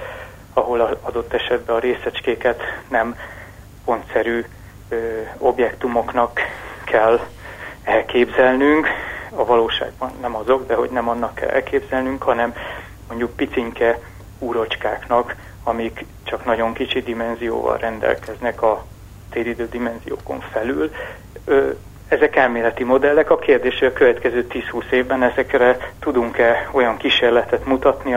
[SPEAKER 3] ahol adott esetben a részecskéket nem pontszerű objektumoknak kell elképzelnünk, a valóságban nem azok, de hogy nem annak kell elképzelnünk, hanem mondjuk picinke úrocskáknak, amik csak nagyon kicsi dimenzióval rendelkeznek a téridő dimenziókon felül. Ezek elméleti modellek. A kérdés, hogy a következő 10-20 évben ezekre tudunk-e olyan kísérletet mutatni,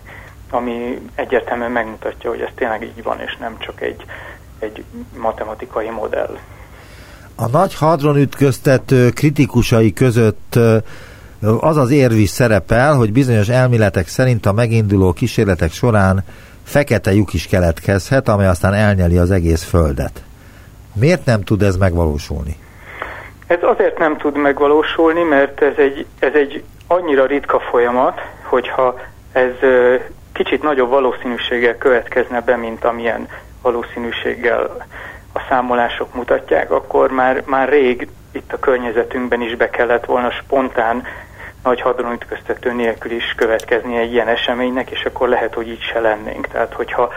[SPEAKER 3] ami egyértelműen megmutatja, hogy ez tényleg így van, és nem csak egy matematikai modell.
[SPEAKER 2] A nagy hadronütköztető kritikusai között az az érv is szerepel, hogy bizonyos elméletek szerint a meginduló kísérletek során fekete lyuk is keletkezhet, amely aztán elnyeli az egész Földet. Miért nem tud ez megvalósulni?
[SPEAKER 3] Ez azért nem tud megvalósulni, mert ez egy annyira ritka folyamat, hogyha ez kicsit nagyobb valószínűséggel következne be, mint amilyen valószínűséggel a számolások mutatják, akkor már rég itt a környezetünkben is be kellett volna spontán nagy hadronütköztető nélkül is következni egy ilyen eseménynek, és akkor lehet, hogy így se lennénk. Tehát, hogyha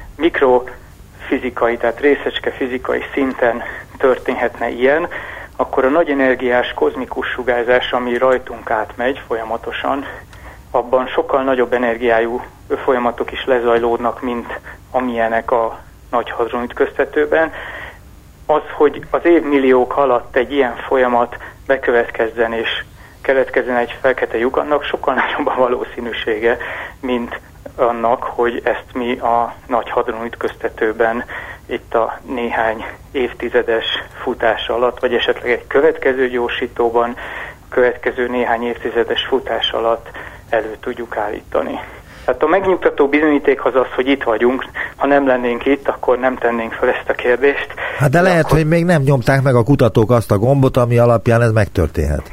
[SPEAKER 3] mikrofizikai, tehát részecske fizikai szinten történhetne ilyen, akkor a nagy energiás kozmikus sugárzás, ami rajtunk átmegy folyamatosan, abban sokkal nagyobb energiájú folyamatok is lezajlódnak, mint amilyenek a nagy hadronütköztetőben. Az, hogy az évmilliók alatt egy ilyen folyamat bekövetkezzen és keletkezzen egy fekete lyuk, annak sokkal nagyobb a valószínűsége, mint annak, hogy ezt mi a nagy hadronütköztetőben itt a néhány évtizedes futás alatt, vagy esetleg egy következő gyorsítóban, a következő néhány évtizedes futás alatt elő tudjuk állítani. Tehát a megnyugtató bizonyíték az, hogy itt vagyunk. Ha nem lennénk itt, akkor nem tennénk fel ezt a kérdést.
[SPEAKER 2] Hát de lehet, hogy még nem nyomták meg a kutatók azt a gombot, ami alapján ez megtörténhet.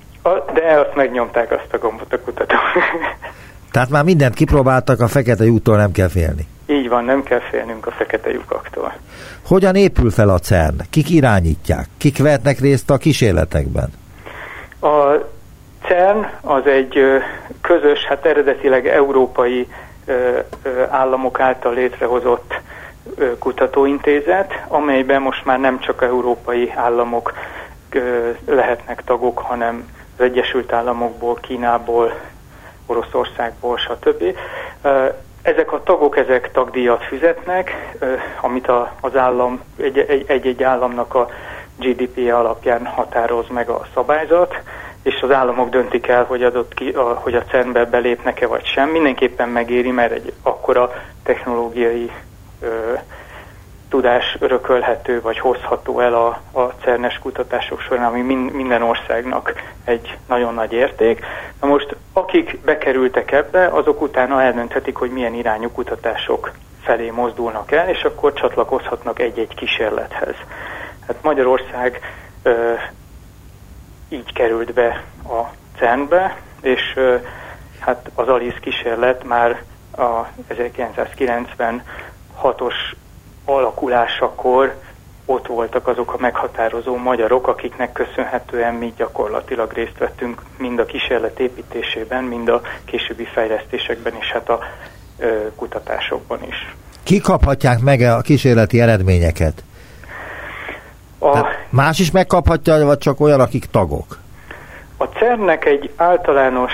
[SPEAKER 3] De azt megnyomták azt a gombot a kutatók.
[SPEAKER 2] Tehát már mindent kipróbáltak, a fekete lyuktól nem kell félni.
[SPEAKER 3] Így van, nem kell félnünk a fekete lyukaktól.
[SPEAKER 2] Hogyan épül fel a CERN? Kik irányítják? Kik vehetnek részt a kísérletekben?
[SPEAKER 3] A CERN az egy közös, hát eredetileg európai államok által létrehozott kutatóintézet, amelyben most már nem csak európai államok lehetnek tagok, hanem az Egyesült Államokból, Kínából, Oroszországból, stb. Ezek a tagok, ezek tagdíjat fizetnek, amit az állam, egy-egy államnak a GDP-je alapján határoz meg a szabályzat, és az államok döntik el, hogy a CERN-be belépnek-e vagy sem. Mindenképpen megéri, mert egy akkora technológiai tudás örökölhető, vagy hozható el a CERN-es kutatások során, ami minden országnak egy nagyon nagy érték. Na most, akik bekerültek ebbe, azok utána eldönthetik, hogy milyen irányú kutatások felé mozdulnak el, és akkor csatlakozhatnak egy-egy kísérlethez. Hát Magyarország így került be a CERN-be, és hát az ALICE kísérlet már a 1996-os alakulásakor ott voltak azok a meghatározó magyarok, akiknek köszönhetően mi gyakorlatilag részt vettünk mind a kísérlet építésében, mind a későbbi fejlesztésekben, és hát a kutatásokban is.
[SPEAKER 2] Ki kaphatják meg a kísérleti eredményeket? Más is megkaphatja, vagy csak olyan, akik tagok?
[SPEAKER 3] A CERN-nek egy általános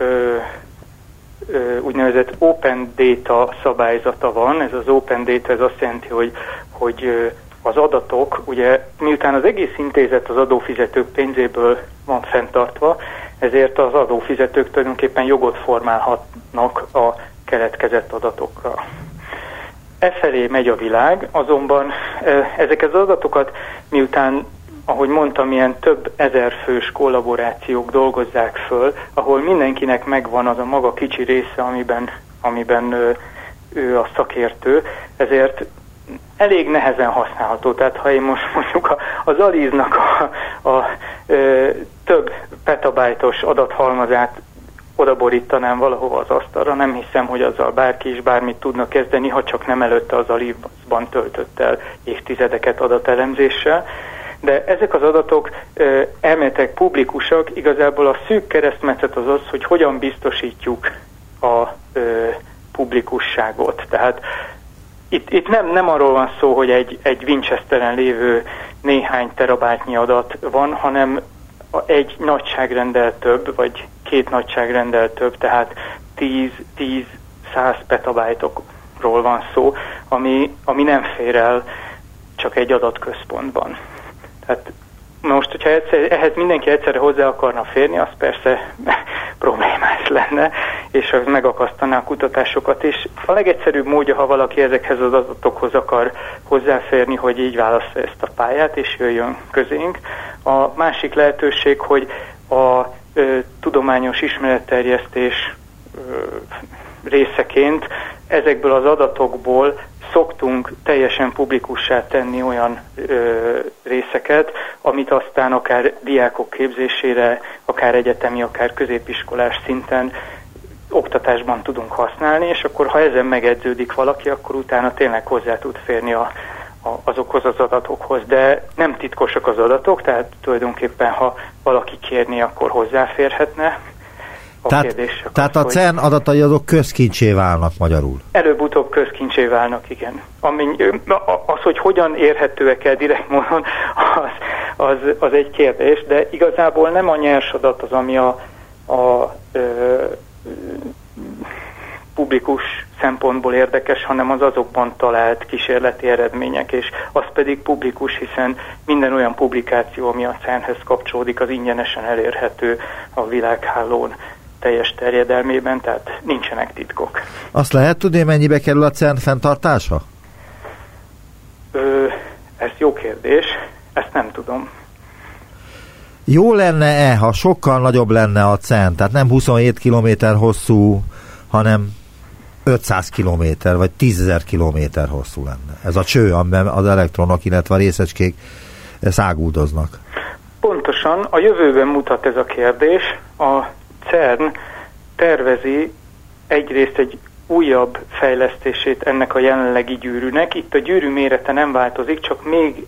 [SPEAKER 3] úgynevezett Open Data szabályzata van. Ez az Open Data, ez azt jelenti, hogy az adatok, ugye miután az egész intézet az adófizetők pénzéből van fenntartva, ezért az adófizetők tulajdonképpen jogot formálhatnak a keletkezett adatokra. Efelé megy a világ, azonban ezeket az adatokat, miután, ahogy mondtam, ilyen több ezer fős kollaborációk dolgozzák föl, ahol mindenkinek megvan az a maga kicsi része, amiben ő a szakértő, ezért elég nehezen használható. Tehát ha én most mondjuk az ALICE-nak a több petabájtos adathalmazát odaborítanám valahova az asztalra, nem hiszem, hogy azzal bárki is bármit tudna kezdeni, ha csak nem előtte az ALICE-ban töltött el évtizedeket adatelemzéssel. De ezek az adatok elméletileg publikusak, igazából a szűk keresztmetszet az az, hogy hogyan biztosítjuk a publikusságot. Tehát itt nem arról van szó, hogy egy Winchesteren lévő néhány terabájtnyi adat van, hanem egy nagyságrendel több, vagy két nagyságrendel több, tehát 10-100 petabájtokról van szó, ami nem fér el csak egy adatközpontban. Tehát most, hogyha ehhez mindenki egyszerre hozzá akarna férni, az persze problémás lenne, és az megakasztaná a kutatásokat is. A legegyszerűbb módja, ha valaki ezekhez az adatokhoz akar hozzáférni, hogy így válassza ezt a pályát, és jöjjön közénk. A másik lehetőség, hogy a tudományos ismeretterjesztés részeként ezekből az adatokból szoktunk teljesen publikussá tenni olyan részeket, amit aztán akár diákok képzésére, akár egyetemi, akár középiskolás szinten oktatásban tudunk használni, és akkor ha ezen megedződik valaki, akkor utána tényleg hozzá tud férni azokhoz az adatokhoz. De nem titkosak az adatok, tehát tulajdonképpen ha valaki kérni, akkor hozzáférhetne.
[SPEAKER 2] Tehát a CERN adatai azok közkincsé válnak magyarul?
[SPEAKER 3] Előbb-utóbb közkincsé válnak, igen. Az, hogy hogyan érhetőek el direkt módon, az egy kérdés, de igazából nem a nyers adat az, ami a publikus szempontból érdekes, hanem az azokban talált kísérleti eredmények, és az pedig publikus, hiszen minden olyan publikáció, ami a CERN-hez kapcsolódik, az ingyenesen elérhető a világhálón teljes terjedelmében, tehát nincsenek titkok.
[SPEAKER 2] Azt lehet tudni, mennyibe kerül a CERN fenntartása?
[SPEAKER 3] Ez jó kérdés, ezt nem tudom.
[SPEAKER 2] Jó lenne-e, ha sokkal nagyobb lenne a CERN, tehát nem 27 kilométer hosszú, hanem 500 kilométer, vagy 10.000 kilométer hosszú lenne. Ez a cső, amiben az elektronok, illetve a részecskék száguldoznak.
[SPEAKER 3] Pontosan, a jövőben mutat ez a kérdés. A CERN tervezi egyrészt egy újabb fejlesztését ennek a jelenlegi gyűrűnek. Itt a gyűrű mérete nem változik, csak még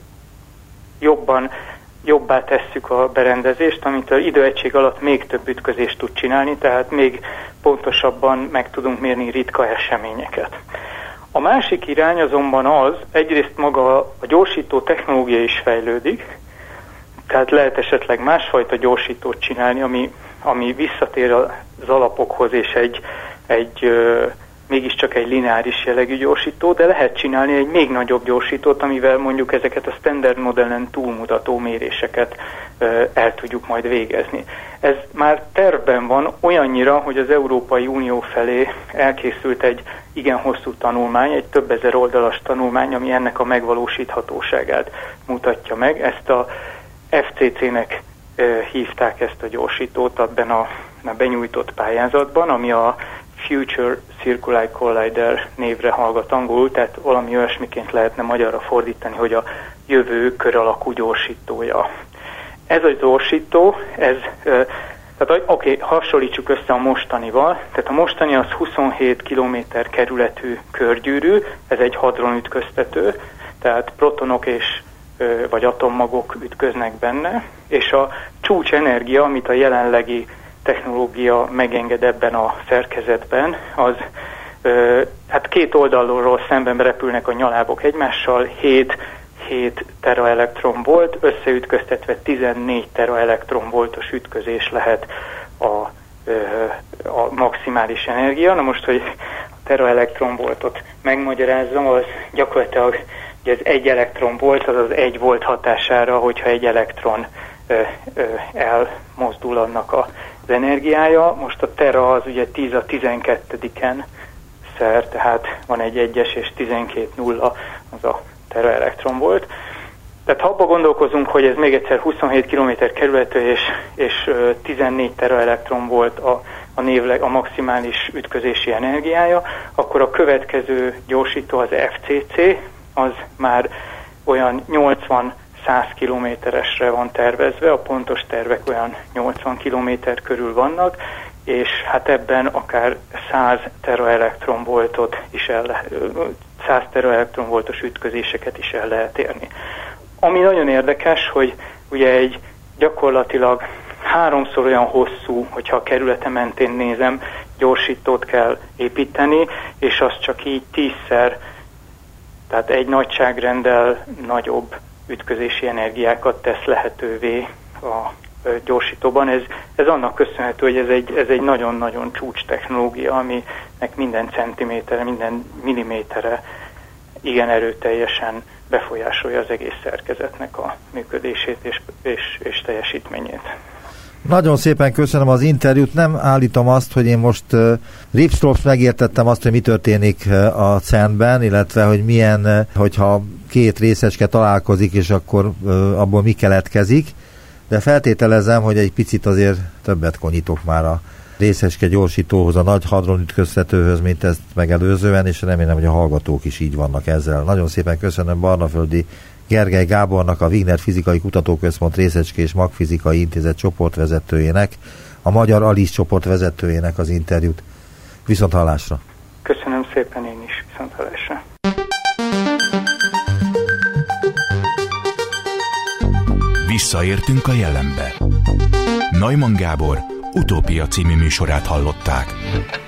[SPEAKER 3] jobbá tesszük a berendezést, amit az időegység alatt még több ütközést tud csinálni, tehát még pontosabban meg tudunk mérni ritka eseményeket. A másik irány azonban az, egyrészt maga a gyorsító technológia is fejlődik, tehát lehet esetleg másfajta gyorsítót csinálni, ami visszatér az alapokhoz, és mégiscsak egy lineáris jellegű gyorsító, de lehet csinálni egy még nagyobb gyorsítót, amivel mondjuk ezeket a standard modellen túlmutató méréseket el tudjuk majd végezni. Ez már tervben van olyannyira, hogy az Európai Unió felé elkészült egy igen hosszú tanulmány, egy több ezer oldalas tanulmány, ami ennek a megvalósíthatóságát mutatja meg. Ezt a FCC-nek hívták ezt a gyorsítót abban a benyújtott pályázatban, ami a Future Circular Collider névre hallgat angolul, tehát valami olyasmiként lehetne magyarra fordítani, hogy a jövő kör alakú gyorsítója. ez a gyorsító, tehát hasonlítsuk össze a mostanival, tehát a mostani az 27 km kerületű körgyűrű, ez egy hadronütköztető, tehát protonok vagy atommagok ütköznek benne, és a csúcsenergia, amit a jelenlegi technológia megenged ebben a szerkezetben, az hát két oldalról szemben repülnek a nyalábok egymással, 7 teraelektronvolt, összeütköztetve 14 teraelektronvoltos ütközés lehet a maximális energia. Na most, hogy a teraelektronvoltot megmagyarázzam, az gyakorlatilag ugye ez 1 elektronvolt, azaz 1 volt hatására, hogyha egy elektron elmozdul annak az energiája. Most a tera az ugye 10 a 12-en szer, tehát van egy 1-es és 12 nulla, az a teraelektron volt. Tehát ha abba gondolkozunk, hogy ez még egyszer 27 km kerületű és 14 teraelektron volt a maximális ütközési energiája, akkor a következő gyorsító az FCC, az már olyan 80-100 kilométeresre van tervezve, a pontos tervek olyan 80 kilométer körül vannak, és hát ebben akár 100 teraelektronvoltot is 100 teraelektronvoltos ütközéseket is el lehet érni. Ami nagyon érdekes, hogy ugye egy gyakorlatilag 3-szor olyan hosszú, hogyha a kerülete mentén nézem, gyorsítót kell építeni, és az csak így 10-szer, tehát egy nagyságrenddel nagyobb ütközési energiákat tesz lehetővé a gyorsítóban. Ez annak köszönhető, hogy ez egy nagyon-nagyon csúcs technológia, aminek minden centiméterre, minden milliméterre igen erőteljesen befolyásolja az egész szerkezetnek a működését és teljesítményét.
[SPEAKER 2] Nagyon szépen köszönöm az interjút. Nem állítom azt, hogy én most ripstrops megértettem azt, hogy mi történik a CERN-ben, illetve hogy milyen, hogyha két részecske találkozik, és akkor abból mi keletkezik, de feltételezem, hogy egy picit azért többet konyítok már a részecske gyorsítóhoz, a nagy hadronütköztetőhöz, mint ezt megelőzően, és remélem, hogy a hallgatók is így vannak ezzel. Nagyon szépen köszönöm Barnaföldi Gergely Gábornak, a Wigner Fizikai Kutatóközpont Részecske és Magfizikai Intézet csoportvezetőjének, a Magyar ALICE csoport vezetőjének az interjút. Viszonthallásra!
[SPEAKER 3] Köszönöm szépen én is, viszonthallásra!
[SPEAKER 1] Visszaértünk a jelenbe. Neumann Gábor Utópia című műsorát hallották.